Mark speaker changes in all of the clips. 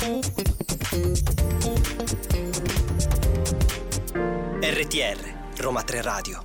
Speaker 1: RTR, Roma 3 Radio.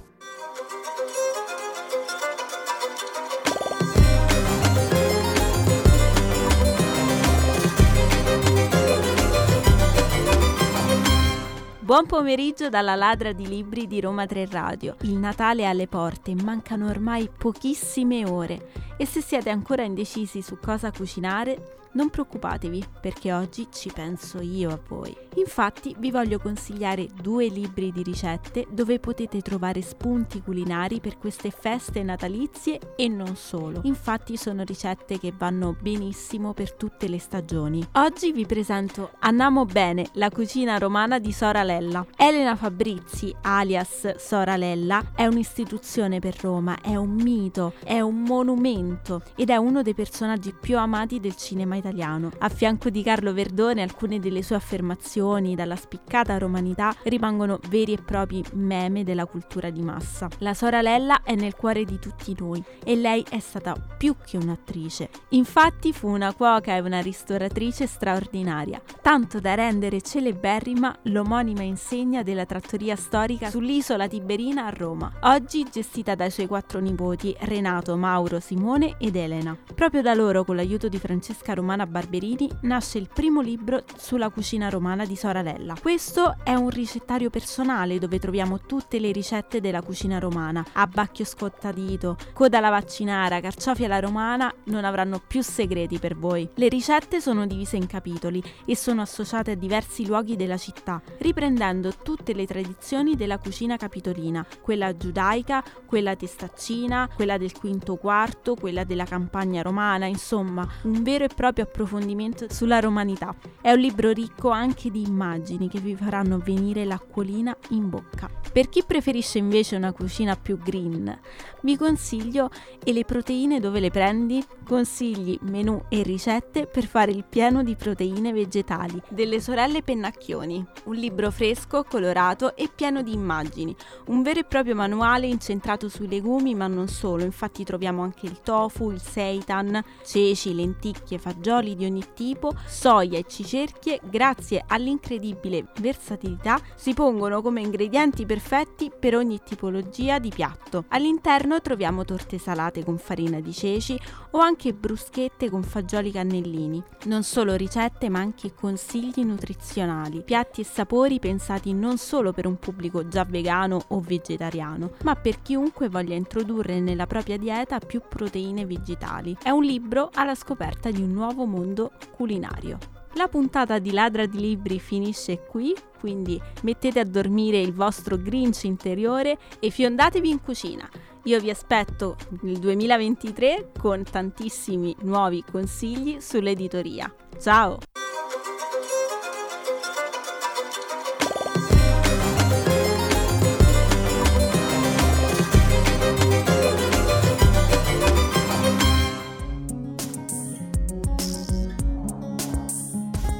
Speaker 2: Buon pomeriggio dalla ladra di libri di Roma 3 Radio. Il Natale è alle porte, mancano ormai pochissime ore e se siete ancora indecisi su cosa cucinare, non preoccupatevi perché oggi ci penso io a voi. Infatti vi voglio consigliare 2 libri di ricette dove potete trovare spunti culinari per queste feste natalizie e non solo. Infatti sono ricette che vanno benissimo per tutte le stagioni. Oggi vi presento Andiamo bene, la cucina romana di Sora Lella. Elena Fabrizi, alias Sora Lella, è un'istituzione per Roma, è un mito, è un monumento ed è uno dei personaggi più amati del cinema italiano. A fianco di Carlo Verdone, alcune delle sue affermazioni, dalla spiccata romanità, rimangono veri e propri meme della cultura di massa. La Sora Lella è nel cuore di tutti noi e lei è stata più che un'attrice. Infatti fu una cuoca e una ristoratrice straordinaria, tanto da rendere celeberrima l'omonima insegna della trattoria storica sull'isola Tiberina a Roma, oggi gestita dai suoi 4 nipoti Renato, Mauro, Simone ed Elena. Proprio da loro, con l'aiuto di Francesca Romana Barberini, nasce il primo libro sulla cucina romana di Sora Lella. Questo è un ricettario personale dove troviamo tutte le ricette della cucina romana. Abbacchio scottadito, coda alla vaccinara, carciofi alla romana non avranno più segreti per voi. Le ricette sono divise in capitoli e sono associate a diversi luoghi della città, riprendendo tutte le tradizioni della cucina capitolina, quella giudaica, quella testaccina, quella del V-IV, quella della campagna romana, insomma, un vero e proprio approfondimento sulla romanità. È un libro ricco anche di immagini che vi faranno venire l'acquolina in bocca. Per chi preferisce invece una cucina più green, vi consiglio E le proteine dove le prendi? Consigli, menù e ricette per fare il pieno di proteine vegetali delle sorelle Pennacchioni. Un libro fresco, colorato e pieno di immagini. Un vero e proprio manuale incentrato sui legumi, ma non solo. Infatti troviamo anche il tofu, il seitan, ceci, lenticchie, fagioli di ogni tipo, soia e cicerchie. Grazie all'incredibile versatilità si pongono come ingredienti perfetti per ogni tipologia di piatto. All'interno troviamo torte salate con farina di ceci o anche bruschette con fagioli cannellini. Non solo ricette ma anche consigli nutrizionali, piatti e sapori pensati non solo per un pubblico già vegano o vegetariano, ma per chiunque voglia introdurre nella propria dieta più proteine vegetali. È un libro alla scoperta di un nuovo mondo culinario. La puntata di Ladra di Libri finisce qui, quindi mettete a dormire il vostro Grinch interiore e fiondatevi in cucina. Io vi aspetto nel 2023 con tantissimi nuovi consigli sull'editoria. Ciao!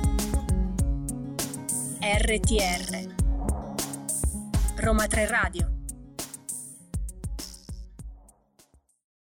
Speaker 3: RTR Roma 3 Radio.